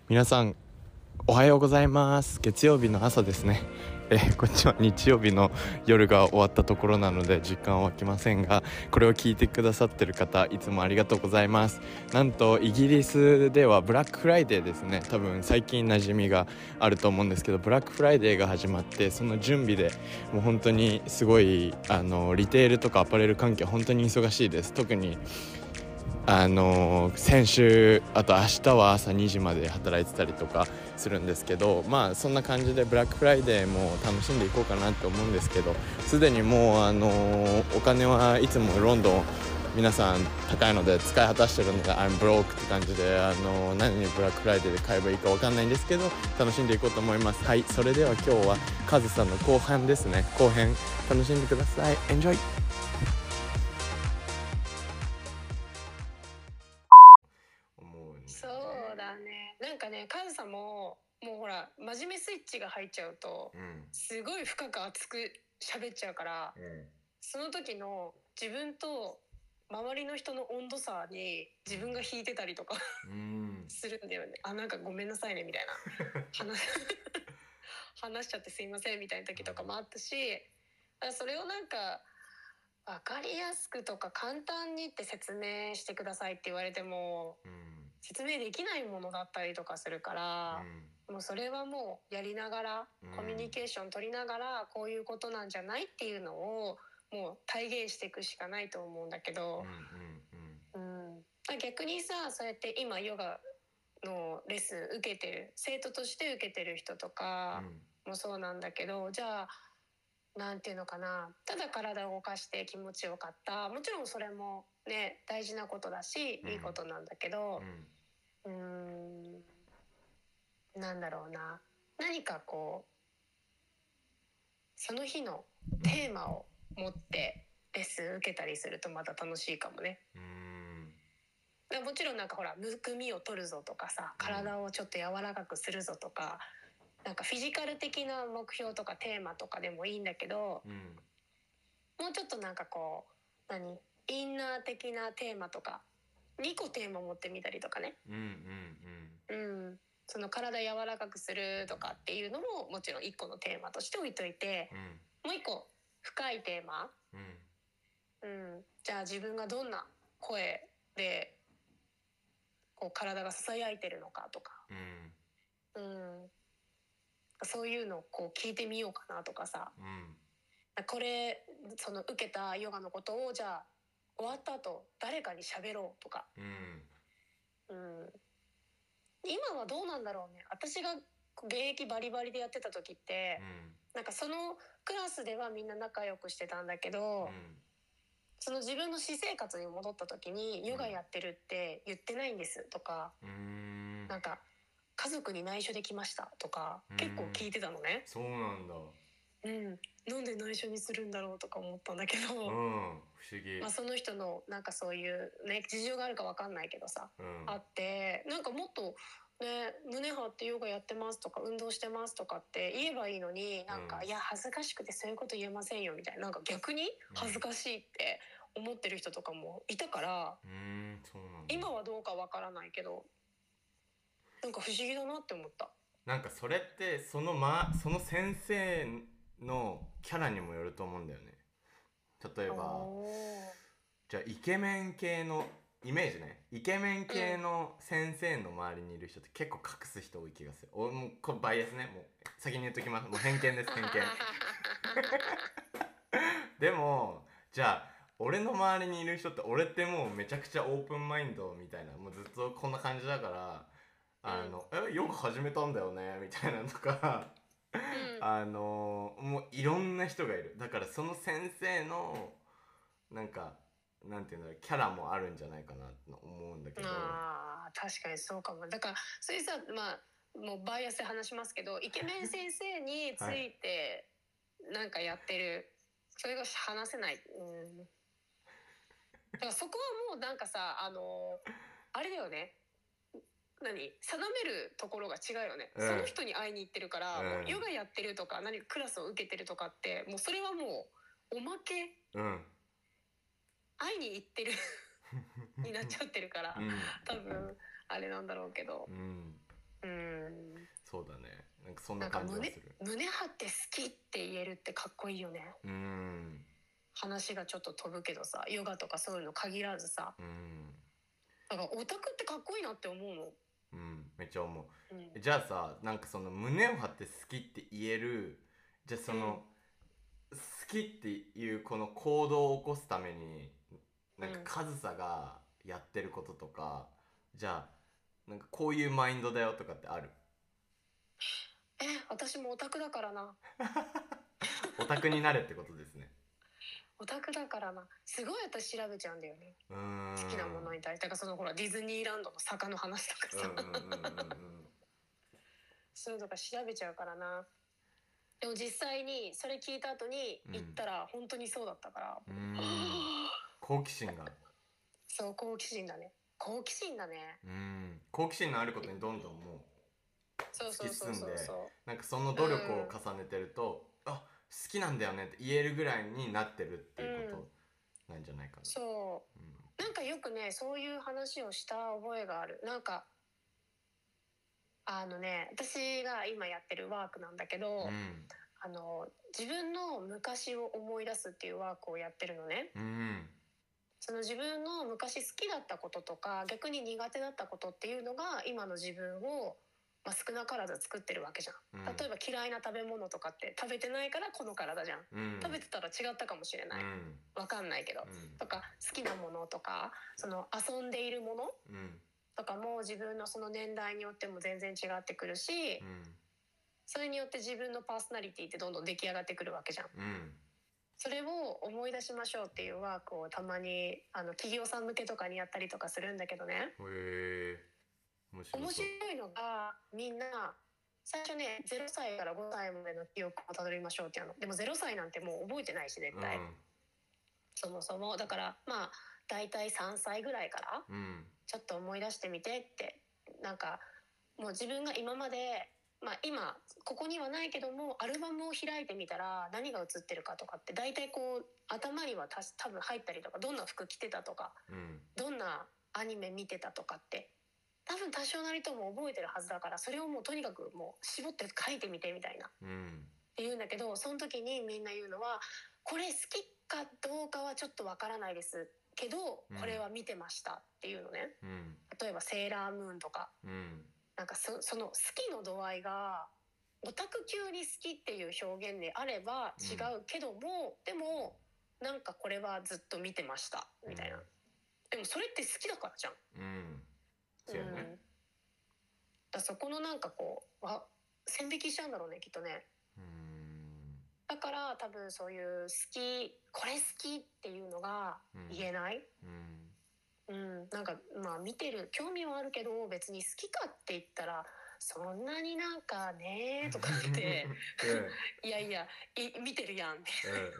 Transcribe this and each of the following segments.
皆さんおはようございます。月曜日の朝ですね。こっちは日曜日の夜が終わったところなので時間は空きませんが、これを聞いてくださってる方いつもありがとうございます。なんとイギリスではブラックフライデーですね。多分最近馴染みがあると思うんですけど、ブラックフライデーが始まって、その準備でもう本当にすごいリテールとかアパレル関係本当に忙しいです。特に先週あと明日は朝2時まで働いてたりとかするんですけど、そんな感じでブラックフライデーも楽しんでいこうかなって思うんですけど、すでにもうお金はいつもロンドン皆さん高いので使い果たしてるので I'm broke って感じで何にブラックフライデーで買えばいいか分かんないんですけど、楽しんでいこうと思います。はい、それでは今日はカズさんの後半ですね。後編楽しんでください。Enjoy。 そうだね。なんかね、カズさんもほら真面目スイッチが入っちゃうと、すごい深く熱く喋っちゃうから、その時の自分と周りの人の温度差に自分が引いてたりとかするんだよね。なんかごめんなさいねみたいな話しちゃってすいませんみたいな時とかもあったし、それをなんか分かりやすくとか簡単にって説明してくださいって言われても、説明できないものだったりとかするから、もうそれはもうやりながら、コミュニケーション取りながらこういうことなんじゃないっていうのをもう体現していくしかないと思うんだけど、逆にさ、そうやって今ヨガのレッスン受けてる生徒として受けてる人とかもそうなんだけど、じゃあなんていうのかな、ただ体を動かして気持ちよかった、もちろんそれもね大事なことだし、いいことなんだけど、なんだろうな、何かこうその日のテーマを持ってレッスン受けたりするとまた楽しいかもね。もちろんなんかほらむくみを取るぞとかさ、体をちょっと柔らかくするぞとか、なんかフィジカル的な目標とかテーマとかでもいいんだけど、もうちょっとなんかこうインナー的なテーマとか2個テーマ持ってみたりとかね、その体柔らかくするとかっていうのももちろん1個のテーマとして置いといて、もう1個深いテーマ、じゃあ自分がどんな声でこう体がささやいてるのかとか、そういうのをこう聞いてみようかなとかさ、これその受けたヨガのことをじゃあ終わった後誰かに喋ろうとか、今はどうなんだろうね。私が現役バリバリでやってた時って、なんかそのクラスではみんな仲良くしてたんだけど、その自分の私生活に戻った時にヨガやってるって言ってないんですとか、なんか家族に内緒で来ましたとか結構聞いてたのね。 そうなんだ。 なんで内緒にするんだろうとか思ったんだけど、不思議。 その人のなんかそういうね事情があるか分かんないけどさ、あって、なんかもっとね、胸張ってヨガやってますとか運動してますとかって言えばいいのに、なんか、いや恥ずかしくてそういうこと言えませんよみたいな、なんか逆に恥ずかしいって思ってる人とかもいたから、 そうなんだ。 今はどうかわからないけど、なんか不思議だなって思った。 なんかそれってその先生のキャラにもよると思うんだよね。例えばじゃあイケメン系のイメージね、イケメン系の先生の周りにいる人って結構隠す人多い気がする。もうこれバイアスね、もう先に言っときます。もう偏見です、偏見でもじゃあ俺の周りにいる人って、俺ってもうめちゃくちゃオープンマインドみたいな、もうずっとこんな感じだから、ヨガ始めたんだよねみたいなのとかもういろんな人がいる。だからその先生のなんかなんていうんだろう、キャラもあるんじゃないかなと思うんだけど。 確かにそうかも。だからそれさ、もうバイアスで話しますけど、イケメン先生についてなんかやってる、それが話せない、だからそこはもうなんかさ、あれだよね、定めるところが違うよね、その人に会いに行ってるから、もうヨガやってるとか何かクラスを受けてるとかってもうそれはもうおまけ、会いに行ってるになっちゃってるから、多分あれなんだろうけど、 そうだね。なんかそんな感じがする。 胸張って好きって言えるってかっこいいよね。話がちょっと飛ぶけどさ、ヨガとかそういうの限らずさ。だからオタクってかっこいいなって思うの。 めっちゃ思う。じゃあさ、なんかその胸を張って好きって言える、じゃあその、好きっていうこの行動を起こすためになんかカズサがやってることとか、じゃあなんかこういうマインドだよとかってある？ 私もオタクだからな。 オタクになれってことですね。 オタクだからな。すごい私調べちゃうんだよね。好きなものに対して。だからそのほらディズニーランドの坂の話とかさ、そういうのとか調べちゃうからな。でも実際にそれ聞いた後に行ったら本当にそうだったから、 好奇心が。 そう、好奇心だね。好奇心だね。 好奇心のあることにどんどんもう突き進んで、なんかその努力を重ねてると、あ、好きなんだよねって言えるぐらいになってるっていうことなんじゃないかな。 そう、なんかよくねそういう話をした覚えがある。なんか私が今やってるワークなんだけど、自分の昔を思い出すっていうワークをやってるのね。その自分の昔好きだったこととか逆に苦手だったことっていうのが今の自分を、少なからず作ってるわけじゃん。例えば嫌いな食べ物とかって食べてないからこの体じゃん。食べてたら違ったかもしれない。わかんないけど。とか好きなものとかその遊んでいるもの、とかも自分のその年代によっても全然違ってくるし、それによって自分のパーソナリティってどんどん出来上がってくるわけじゃん。それを思い出しましょうっていうワークをたまに企業さん向けとかにやったりとかするんだけどね。面白いのがみんな最初ね0歳から5歳までの記憶をたどりましょうっていうの。でも0歳なんてもう覚えてないし絶対、そもそも。だからだいたい3歳ぐらいからちょっと思い出してみてって。なんかもう自分が今まで今ここにはないけどもアルバムを開いてみたら何が写ってるかとかって大体こう頭には多分入ったりとか、どんな服着てたとか、どんなアニメ見てたとかって多分多少なりとも覚えてるはずだから、それをもうとにかくもう絞って書いてみてみたいな、って言うんだけど、その時にみんな言うのはこれ好きかどうかはちょっとわからないですけど、これは見てましたっていうのね。例えばセーラームーンとか、なんかその好きの度合いがオタク級に好きっていう表現であれば違うけども、でもなんかこれはずっと見てましたみたいな、でもそれって好きだからじゃん。そうやね。だそこのなんかこう線引きしちゃうんだろうねきっとね。だから多分そういう好き、これ好きっていうのが言えない。なんか見てる興味はあるけど別に好きかって言ったらそんなになんかねとかっていやいや見てるやんって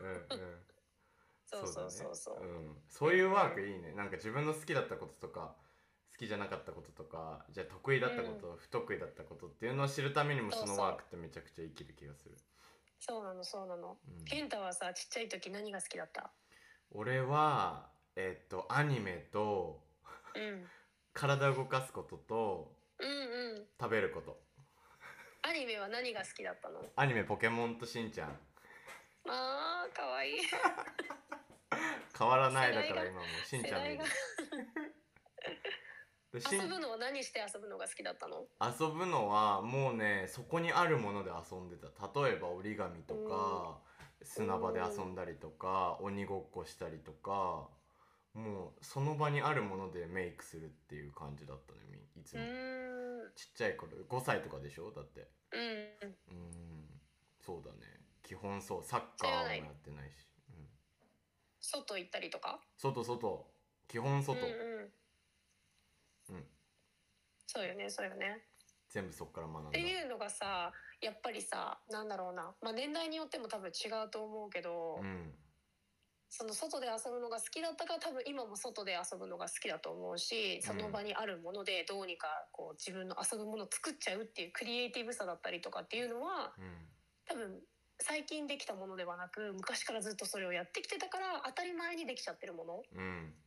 そうそうそうそう、 そういうワークいいね。なんか自分の好きだったこととか好きじゃなかったこととか、じゃあ得意だったこと、不得意だったことっていうのを知るためにもそのワークってめちゃくちゃ生きる気がする。 そうなのそうなの。健太はさちっちゃい時何が好きだった？ 俺はアニメと、体を動かすことと、食べること。 アニメは何が好きだったの？ アニメポケモンとしんちゃん。 かわいい変わらない。だから今もしんちゃん見る遊ぶのは何して遊ぶのが好きだったの？ 遊ぶのはもうねそこにあるもので遊んでた。例えば折り紙とか、砂場で遊んだりとか、鬼ごっこしたりとか、もうその場にあるものでメイクするっていう感じだったね。いつもちっちゃい頃。5歳とかでしょだって。そうだね。基本そう。サッカーもやってないし、 外行ったりとか。 外基本外。 そうよねそうよね。 全部そっから学んだっていうのがさ、やっぱりさ、なんだろうな、年代によっても多分違うと思うけど、その外で遊ぶのが好きだったから多分今も外で遊ぶのが好きだと思うし、その場にあるものでどうにかこう自分の遊ぶものを作っちゃうっていうクリエイティブさだったりとかっていうのは、多分最近できたものではなく昔からずっとそれをやってきてたから当たり前にできちゃってるもの、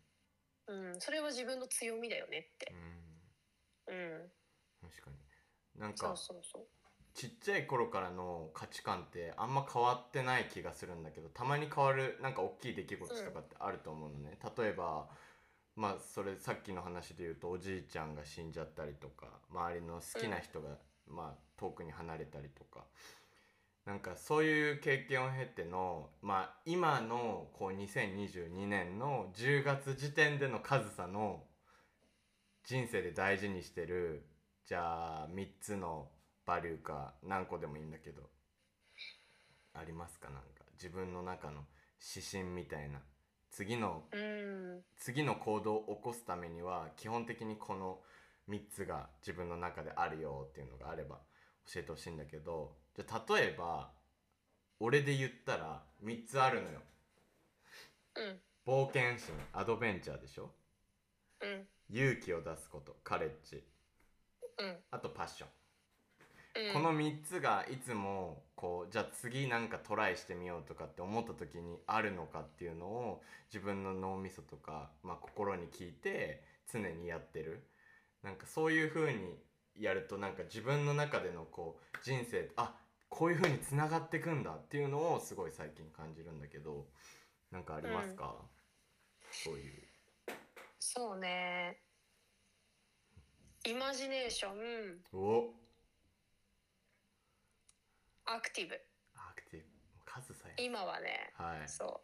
それは自分の強みだよねって。 確かに。 なんかそうそうそう。 ちっちゃい頃からの価値観ってあんま変わってない気がするんだけど、たまに変わるなんか大きい出来事とかってあると思うのね。例えばまあそれさっきの話で言うとおじいちゃんが死んじゃったりとか、周りの好きな人が、まあ遠くに離れたりとか、なんかそういう経験を経ての、まあ今のこう2022年の10月時点での上総の人生で大事にしてる、じゃあ3つのバリューか何個でもいいんだけど、ありますか？なんか自分の中の指針みたいな、次の次の行動を起こすためには基本的にこの3つが自分の中であるよっていうのがあれば教えてほしいんだけど、じゃあ例えば俺で言ったら3つあるのよ。冒険心、アドベンチャーでしょ、勇気を出すこと、カレッジ、あとパッション。この3つがいつもこう、じゃあ次なんかトライしてみようとかって思った時にあるのかっていうのを自分の脳みそとか、まあ、心に聞いて常にやってる。なんかそういう風にやると、なんか自分の中でのこう人生、あ、こういう風につながってくんだっていうのをすごい最近感じるんだけど、なんかありますか？そういう。 そうね。イマジネーション、 お、 アクティブ。 アクティブ、数さえ。 今はね、 はい。 そう。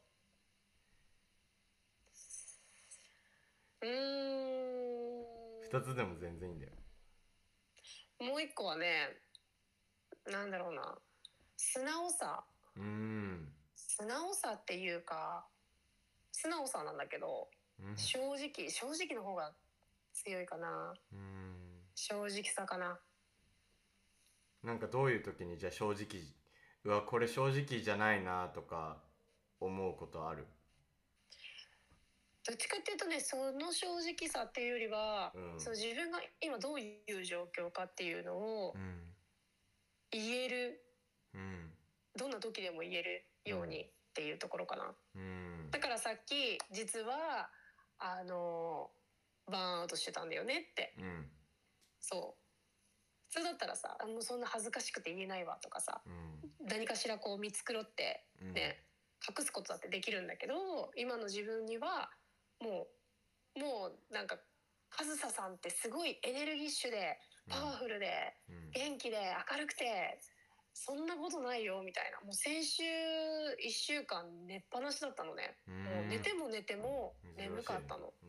2つでも全然いいんだよ。 もう一個はね、なんだろうな、素直さ。素直さっていうか、素直さなんだけど、正直の方が強いかな。正直さかな。 なんかどういう時にじゃあ正直、うわこれ正直じゃないなとか思うことある？ どっちかっていうとね、その正直さっていうよりは、そう、自分が今どういう状況かっていうのを言える、どんな時でも言えるようにっていうところかな。だからさっき実はバーンアウトしてたんだよねって、そう普通だったらさ、もうそんな恥ずかしくて言えないわとかさ、何かしらこう見繕ってね、隠すことだってできるんだけど、今の自分にはもうなんか上総さんってすごいエネルギッシュでパワフルで元気で明るくて、そんなことないよみたいな。もう先週1週間寝っぱなしだったのね。もう寝ても寝ても眠かったの。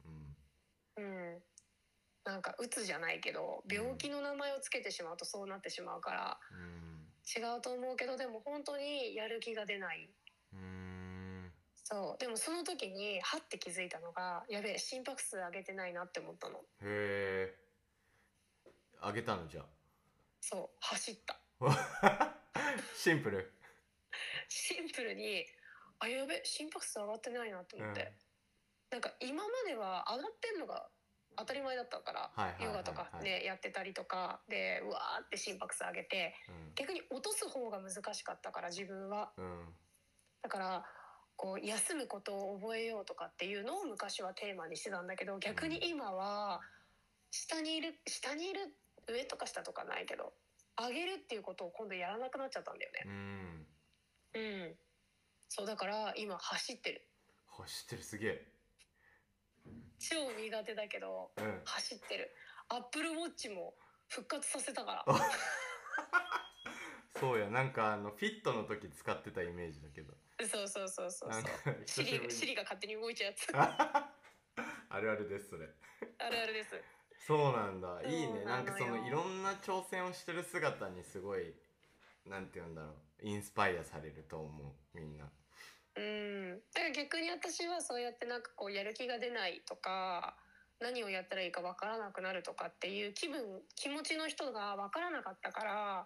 なんかうつじゃないけど、病気の名前をつけてしまうとそうなってしまうから違うと思うけど、でも本当にやる気が出ない。そうでもその時にはって気づいたのが、やべえ心拍数上げてないなって思ったの。 へえ、あげたの？じゃあそう走ったシンプル。 シンプルに、あ、やべ心拍数上がってないなと思って、なんか今までは上がってんのが当たり前だったから、ヨガとかねやってたりとかで、うわーって心拍数上げて、逆に落とす方が難しかったから自分は、だからこう休むことを覚えようとかっていうのを昔はテーマにしてたんだけど、逆に今は下にいる上とか下とかないけど、上げるっていうことを今度やらなくなっちゃったんだよね。そうだから今走ってる。 すげえ。 超苦手だけど、走ってる。アップルウォッチも復活させたから。 そうや、なんかフィットの時使ってたイメージだけど。 そうシリが勝手に動いちゃうやつあるあるです、それ。 あるあるです。 そうなんだ、いいね。なんかそのいろんな挑戦をしてる姿にすごい、なんて言うんだろう、インスパイアされると思う、みんな。 だから逆に私はそうやってなんかこうやる気が出ないとか、何をやったらいいか分からなくなるとかっていう気持ちの人が分からなかったから、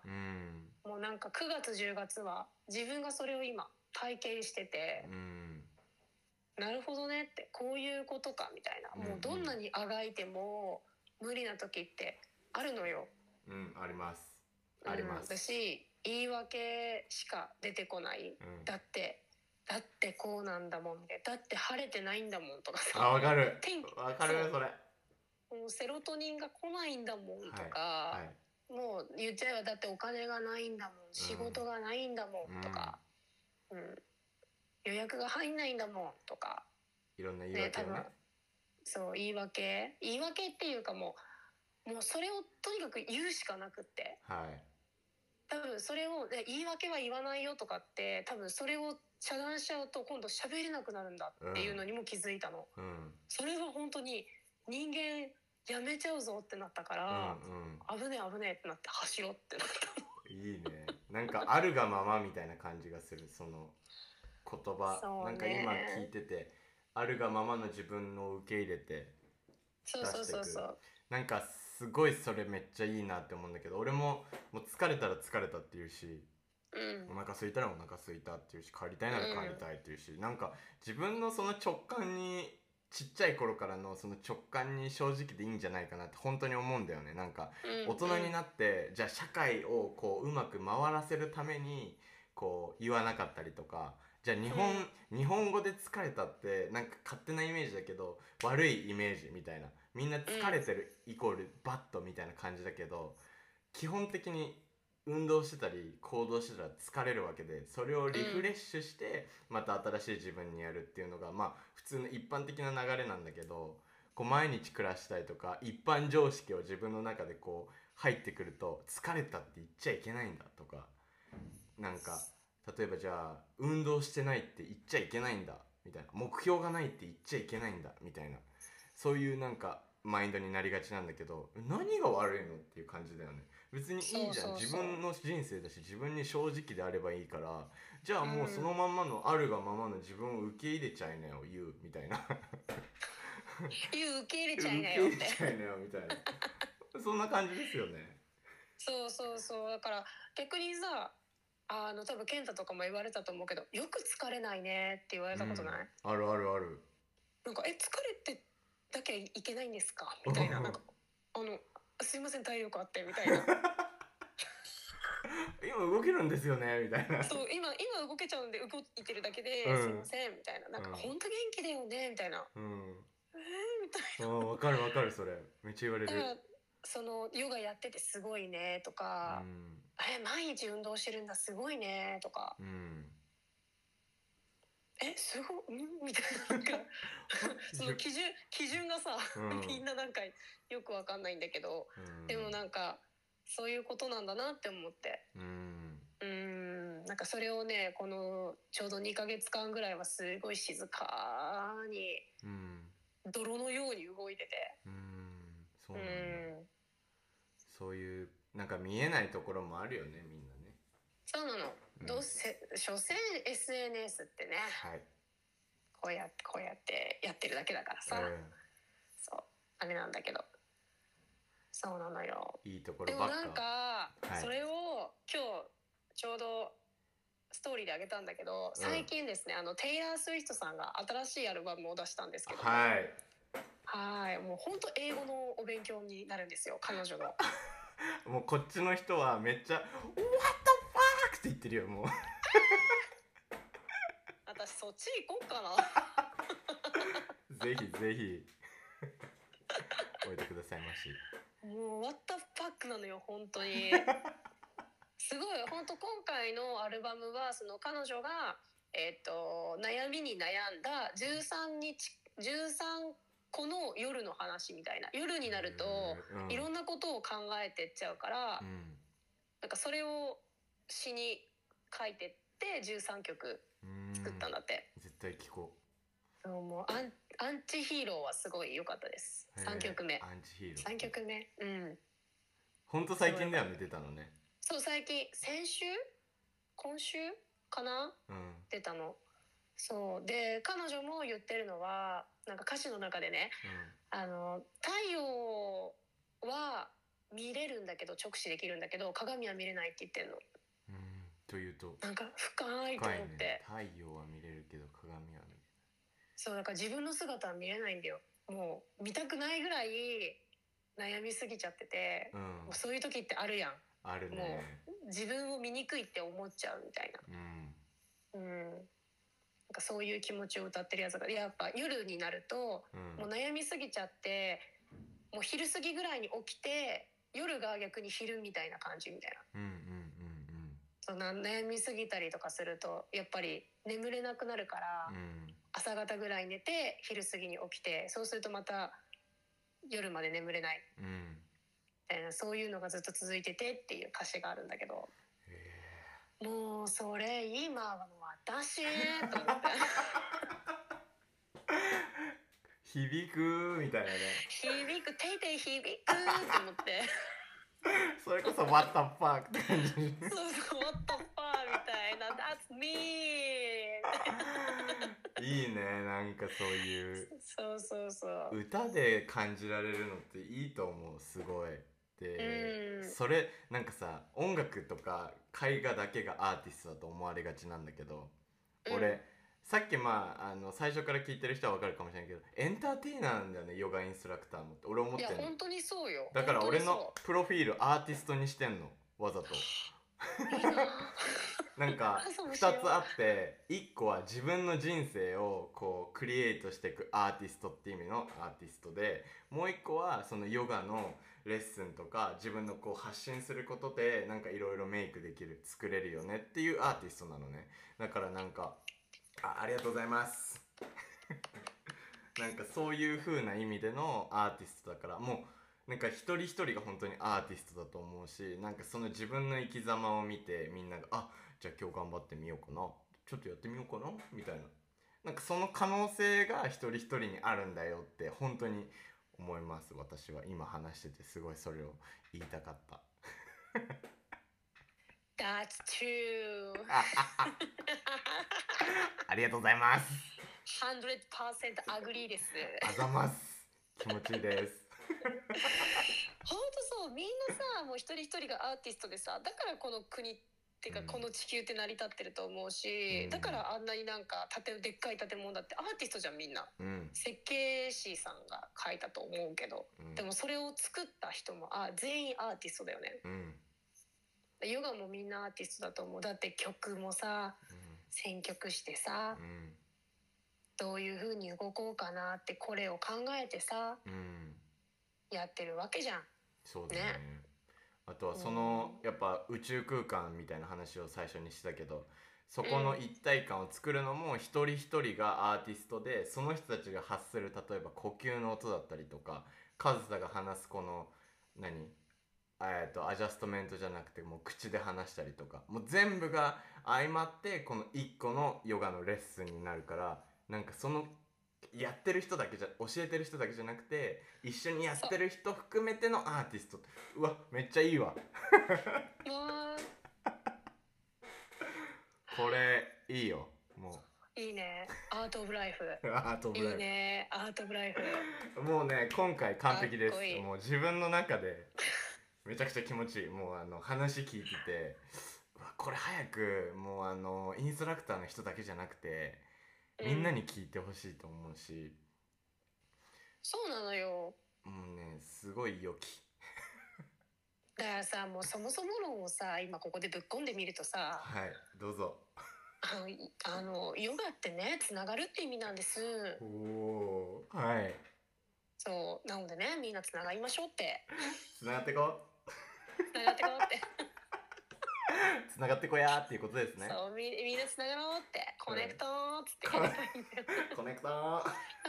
もうなんか9月10月は自分がそれを今体験してて、なるほどねって、こういうことかみたいな、もうどんなにあがいても無理な時ってあるのよ。 あります、あります。 だし言い訳しか出てこない、だってこうなんだもんで、だって晴れてないんだもんとかさ、 わかるそれ。 もうセロトニンが来ないんだもんとか、も言っちゃえばだってお金がないんだもん、仕事がないんだもんとか、予約が入んないんだもんとか、 いろんな言い訳をね。 そう言い訳っていうかもうそれをとにかく言うしかなくって、 はい、 多分それを言い訳は言わないよとかって、多分それを遮断しちゃうと今度喋れなくなるんだっていうのにも気づいたの、それは本当に人間やめちゃうぞってなったから、危ねえってなって走ろうってなったの。 いいね、なんかあるがままみたいな感じがする、その言葉、なんか今聞いてて、あるがままの自分を受け入れて出していく、なんかすごいそれめっちゃいいなって思うんだけど、俺ももう疲れたら疲れたって言うし、お腹空いたらお腹空いたって言うし、帰りたいなら帰りたいって言うし、なんか自分のその直感に、ちっちゃい頃からのその直感に正直でいいんじゃないかなって本当に思うんだよね。なんか大人になってじゃあ社会をこううまく回らせるためにこう言わなかったりとか、じゃあ日本語で疲れたってなんか勝手なイメージだけど悪いイメージみたいな、みんな疲れてるイコールバットみたいな感じだけど、基本的に運動してたり行動してたら疲れるわけで、それをリフレッシュしてまた新しい自分にやるっていうのがまあ普通の一般的な流れなんだけど、こう毎日暮らしたりとか一般常識を自分の中でこう入ってくると、疲れたって言っちゃいけないんだとか、なんか例えばじゃあ運動してないって言っちゃいけないんだみたいな、目標がないって言っちゃいけないんだみたいな、そういうなんかマインドになりがちなんだけど、何が悪いのっていう感じだよね。別にいいじゃん、自分の人生だし自分に正直であればいいから、じゃあもうそのまんまのあるがままの自分を受け入れちゃいなよ、言うみたいな受け入れちゃいなよって受け入れちゃいなよみたいなそんな感じですよね。 そうだから逆にさ、多分健太とかも言われたと思うけど、よく疲れないねって言われたことない？ あるあるある。 なんか疲れてだけいけないんですかみたいな、なんかすいません体力あってみたいな今動けるんですよねみたいな。 そう今動けちゃうんで動いてるだけで、すいませんみたいな、なんか本当元気だよねみたいな、みたいな。 わかるわかる、それめっちゃ言われる。 そのヨガやっててすごいねとか、毎日運動してるんだすごいねとか、すごいみたいな、なんかその基準がさ、みんななんかよくわかんないんだけど、でもなんかそういうことなんだなって思って、なんかそれをね、このちょうど2ヶ月間ぐらいはすごい静かに泥のように動いてて、 そうなんだ。そういうなんか見えないところもあるよね、みんなね。 そうなの、どうせ所詮 SNS ってね、こうやってやってるだけだからさ、そうあれなんだけど、そうなのよ。 いいところばっか。 でもなんか、それを今日ちょうどストーリーであげたんだけど、最近ですね、テイラー・スウィフトさんが新しいアルバムを出したんですけど、もう本当英語のお勉強になるんですよ、彼女のもうこっちの人はめっちゃ What the fuck って言ってるよ、もう私そっち行こうかなぜひぜひおいてくださいまし。 もう What the fuck なのよ本当にすごい本当、今回のアルバムはその彼女が悩みに悩んだ13個の夜の話みたいな、夜になるといろんなことを考えてっちゃうから、なんかそれを詩に書いてって13曲作ったんだって。 絶対聴こう。 もうアンチヒーローはすごい良かったです。3曲目。 アンチヒーロー。 3曲目。 ほんと最近だよね、出たのね。 そう、最近、今週かな、出たの。そうで、彼女も言ってるのはなんか歌詞の中でね、太陽は見れるんだけど、直視できるんだけど鏡は見れないって言ってるの。 というとなんか深いと思って、 太陽は見れるけど鏡は見れない。 そうだから自分の姿は見れないんだよ。もう見たくないぐらい悩みすぎちゃってて、もうそういう時ってあるやん。 あるね。 もう自分を醜いって思っちゃうみたいな。なんかそういう気持ちを歌ってるやつが、やっぱ夜になると、もう悩みすぎちゃって、もう昼過ぎぐらいに起きて夜が逆に昼みたいな感じみたいな。そんな悩みすぎたりとかするとやっぱり眠れなくなるから、朝方ぐらい寝て昼過ぎに起きて、そうするとまた夜まで眠れない、みたいな、そういうのがずっと続いててっていう歌詞があるんだけど、もうそれ今はもう私と思って響くみたいなね。 響く、ていてい響くと思ってそれこそ What the fuck って感じ。そうそう What the fuck みたいな That's me いいね、なんかそういうそう歌で感じられるのっていいと思う、すごい。で、それなんかさ、音楽とか絵画だけがアーティストだと思われがちなんだけど、俺さっき最初から聞いてる人は分かるかもしれないけど、エンターテイナーなんだよね、ヨガインストラクターもって俺思ってんの。 いや本当にそうよ。 だから俺のプロフィールアーティストにしてんの、わざと。なんか2つあって、1個は自分の人生をこうクリエイトしていくアーティストって意味のアーティストで、もう1個はそのヨガのレッスンとか自分のこう発信することでなんかいろいろメイクできる、作れるよねっていうアーティストなのね。だからなんかありがとうございますなんかそういう風な意味でのアーティストだから、もうなんか一人一人が本当にアーティストだと思うし、なんかその自分の生き様を見てみんながじゃあ今日頑張ってみようかな、ちょっとやってみようかなみたいな、なんかその可能性が一人一人にあるんだよって本当に思います。私は今話しててすごいそれを言いたかった That's true ありがとうございます。 100% アグリーです。 あざます、気持ちいいです本当そう、みんなさ、もう一人一人がアーティストでさ、だからこの国っていうか、この地球って成り立ってると思うし、だからあんなになんかでっかい建物だってアーティストじゃん、みんな、設計士さんが描いたと思うけど、でもそれを作った人も全員アーティストだよね。ヨガもみんなアーティストだと思う。だって曲もさ、選曲してさ、どういう風に動こうかなってこれを考えてさ、やってるわけじゃん。 そうだね。あとはその、やっぱ宇宙空間みたいな話を最初にしたけど、そこの一体感を作るのも一人一人がアーティストで、その人たちが発する例えば呼吸の音だったりとか、カズサが話すこのアジャストメントじゃなくてもう口で話したりとか、もう全部が相まってこの一個のヨガのレッスンになるから、なんかそのやってる人だけじゃ、教えてる人だけじゃなくて一緒にやってる人含めてのアーティスト。うわ、めっちゃいいわこれいいよ、もういいね。アートオブライフアートオブライフいいね。アートオブライフもうね、今回完璧です。もう自分の中でめちゃくちゃ気持ちいい。もう話聞いてて、うわ、これ早くもうインストラクターの人だけじゃなくてみんなに聞いてほしいと思うし、 そうなのよ。 もうね、すごい良きだからさ、もうそもそも論をさ、今ここでぶっ込んでみるとさ、 はい、どうぞ。 ヨガってね、つながるって意味なんです。 おー、はい。 そうなのでね、みんなつながりましょうって。 つながってこつながってこうってつながってこやーっていうことですね。 そう、みんなつながろうって、コネクトーっつってコネクトー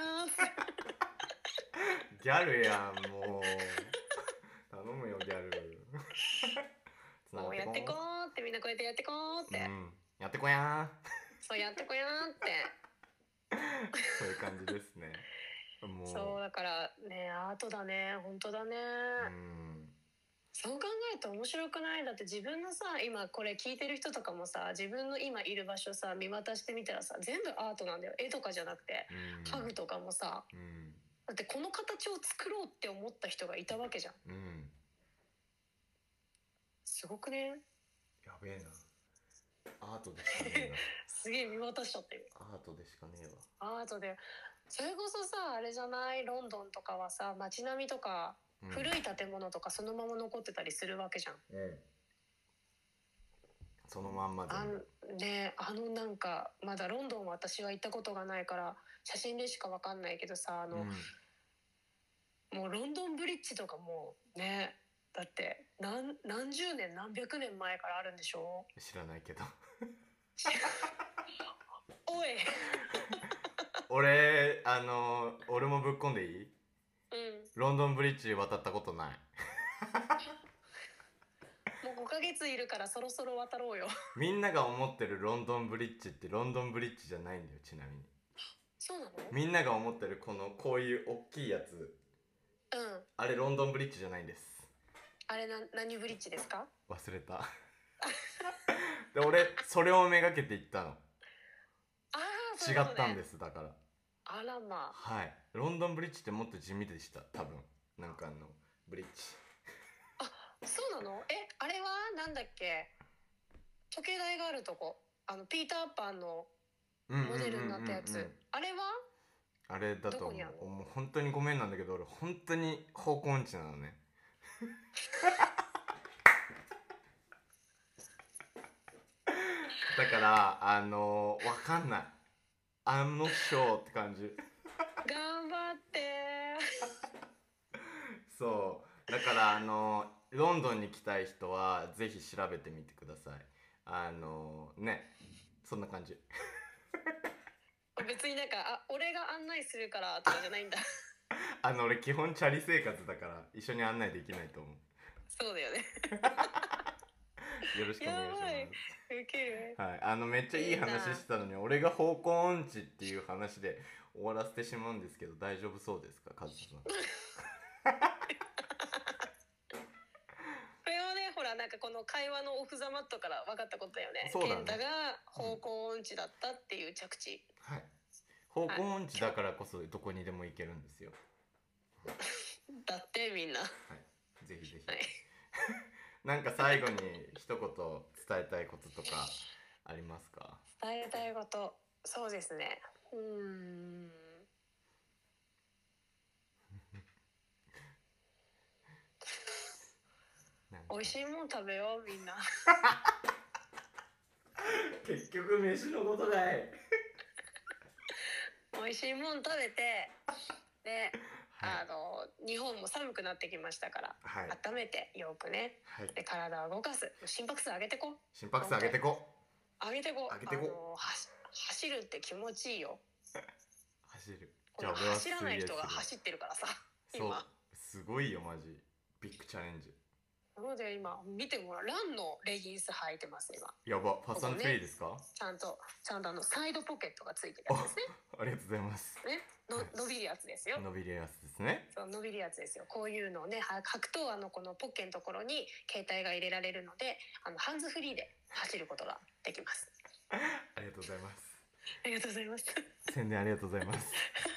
ギャルやん、もう頼むよギャルもうやってこうって、みんなこうやってやってこうって、 やってこやーそうやってこやーってそういう感じですね。もうそうだからね、アートだね、本当だね。そう考えると面白くない？だって自分のさ、今これ聞いてる人とかもさ、自分の今いる場所さ見渡してみたらさ、全部アートなんだよ。絵とかじゃなくて、家具とかもさ、だってこの形を作ろうって思った人がいたわけじゃん。すごくね？ やべえな、アートでしかねえなすげえ見渡しちゃってる。 アートでしかねえわ。アートで、それこそさ、あれじゃない？ロンドンとかはさ、街並みとか、古い建物とかそのまま残ってたりするわけじゃん。 そのまんまでね、なんかまだロンドンは私は行ったことがないから写真でしかわかんないけどさ、もうロンドンブリッジとかもね、 だって何十年何百年前からあるんでしょ。 知らないけどおい俺もぶっこんでいい？ロンドンブリッジ渡ったことないもう5ヶ月いるからそろそろ渡ろうよみんなが思ってるロンドンブリッジってロンドンブリッジじゃないんだよ。ちなみにそうなの？ みんなが思ってるこういう大きいやつ、あれロンドンブリッジじゃないんです。 あれ何ブリッジですか？ 忘れたで俺それをめがけて行ったの。違ったんです。だからあらまあ、はい、ロンドンブリッジってもっと地味でした。多分なんかブリッジそうなの？あれはなんだっけ、時計台があるとこ、ピーターパンのモデルになったやつ、あれはあれだと思う。もう本当にごめんなんだけど俺本当に方向音痴なのねだからわかんない。I'm not sure って感じ頑張ってそうだからロンドンに来たい人はぜひ調べてみてください。ね、そんな感じ別になんか俺が案内するからとかじゃないんだ俺基本チャリ生活だから一緒に案内できないと思う。 そうだよねよろしくお願いします。 ウケる。 はい、めっちゃいい話してたのに俺が方向音痴っていう話で終わらせてしまうんですけど、大丈夫そうですか、カズさんこれはね、ほらなんかこの会話のオフザマットから分かったことだよね。 そうだね。 健太が方向音痴だったっていう着地、 はい、方向音痴だからこそどこにでも行けるんですよだってみんな、 はい、ぜひぜひ、はいなんか最後に一言伝えたいこととかありますか？ 伝えたいこと、そうですね。美味しいもん食べようみんな結局飯のことかい美味しいもん食べてで、日本も寒くなってきましたから、はい、温めてよくね、はい、で体を動かす、心拍数上げてこ、 心拍数上げてこ、 走るって気持ちいいよ走る。 じゃあ俺は走らない人が走ってるからさ今そうすごいよマジビッグチャレンジ。 なので今見てもらう、ランのレギンス履いてます今。 やば、ファッションフリーですか？ ちゃんとサイドポケットがついてるやつですねありがとうございますね、伸びるやつですよ。 伸びるやつですね。 そう、伸びるやつですよ。こういうのをね履くとこのポッケのところに携帯が入れられるのでハンズフリーで走ることができますありがとうございます。 ありがとうございます宣伝ありがとうございます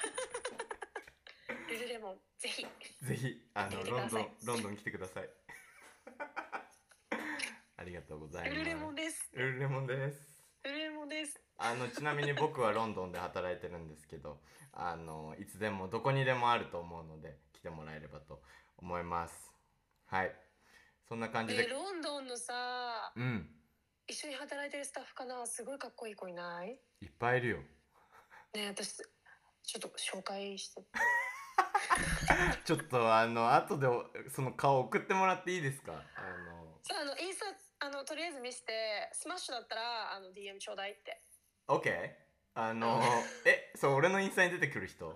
ルルレモンぜひロンドン来てくださいありがとうございます。 ルルレモンです。 ルルレモンです。 ルルレモンです。 ちなみに僕はロンドンで働いてるんですけどいつでもどこにでもあると思うので来てもらえればと思います。はい、そんな感じで、 ロンドンのさ、一緒に働いてるスタッフかな、すごいかっこいい子いない？ いっぱいいるよね。私ちょっと紹介してちょっと後でその顔送ってもらっていいですか？ さあインスタとりあえず見せて、スマッシュだったらDM ちょうだいって。 OK。 そう俺のインスタに出てくる人、 おっ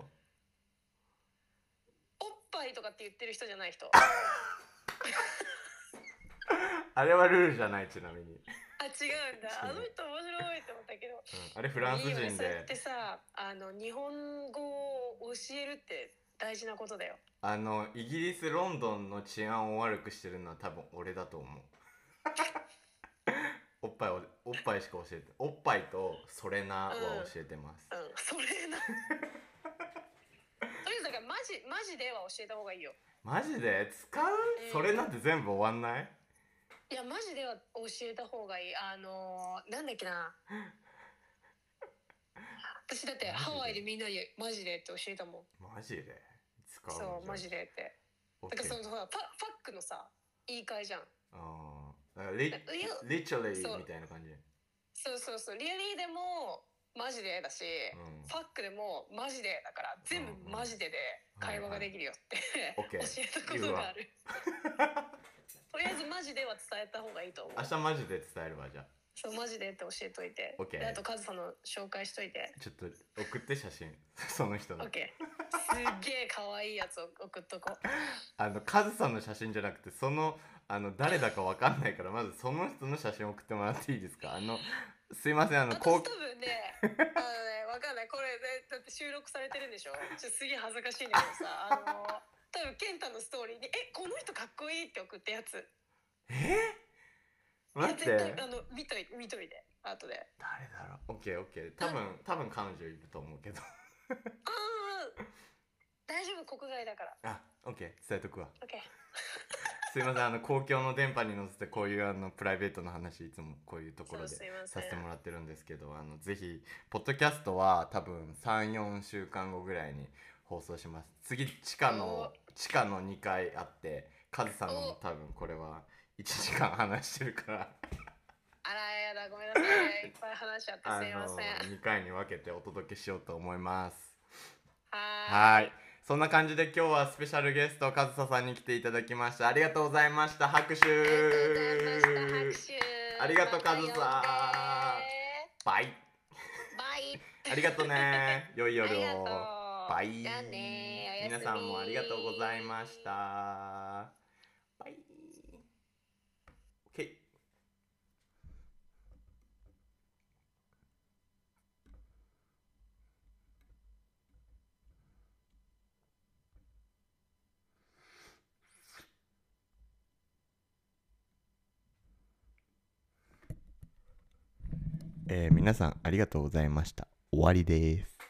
ぱいとかって言ってる人じゃない人あれはルールじゃない。ちなみに違うんだ。あの人面白いと思ったけど、 あれフランス人で。いいよね、 そうやってさ日本語を教えるって大事なことだよ。 イギリスロンドンの治安を悪くしてるのは多分俺だと思うおっぱいしか教えて、おっぱいとソレナは教えてます。 ソレナとりあえずだからマジでは教えた方がいいよ。 マジで使う？それなんて全部終わんない？ いやマジでは教えた方がいい。なんだっけな私だってハワイでみんなにマジでって教えたもん。 マジで使う？ そうマジでって。だからファックのさ言い換えじゃん。 だからリチャリーみたいな感じ。 そうリアリーでもマジでだし、ファックでもマジでだから全部マジでで会話ができるよって教えたことがある。とりあえずマジでは伝えた方がいいと思う。 明日マジで伝えるわじゃあ。 そうマジでって教えといて。であとカズさんの紹介しといて。 ちょっと送って写真その人の。 オッケー。すっげえ可愛いやつを送っとこう。 カズさんの写真じゃなくてその誰だかわかんないからまずその人の写真送ってもらっていいですか。すいません私多分ねわかんないこれだって収録されてるんでしょ。すげえ恥ずかしいんだけどさ多分ケンタのストーリーにこの人かっこいいって送ったやつ。 待って絶対見といて後で。 誰だろう。オッケー多分彼女いると思うけど大丈夫国外だから。 オッケー伝えとくわ。 オッケーすいません公共の電波に乗せてこういうプライベートの話いつもこういうところでさせてもらってるんですけどぜひポッドキャストは多分 3,4 週間後ぐらいに放送します。次地下の2回あってカズさんのも多分これは1時間話してるからあらやだごめんなさいいっぱい話しちゃってすいません。 2回に分けてお届けしようと思います。 はい。 そんな感じで今日はスペシャルゲストカズサさんに来ていただきました。ありがとうございました。拍手。ありがとうカズさん。バイ。ありがとうね。良い夜を。バイ。 じゃあね。 皆さんもありがとうございました。バイ。OK。皆さんありがとうございました。終わりです。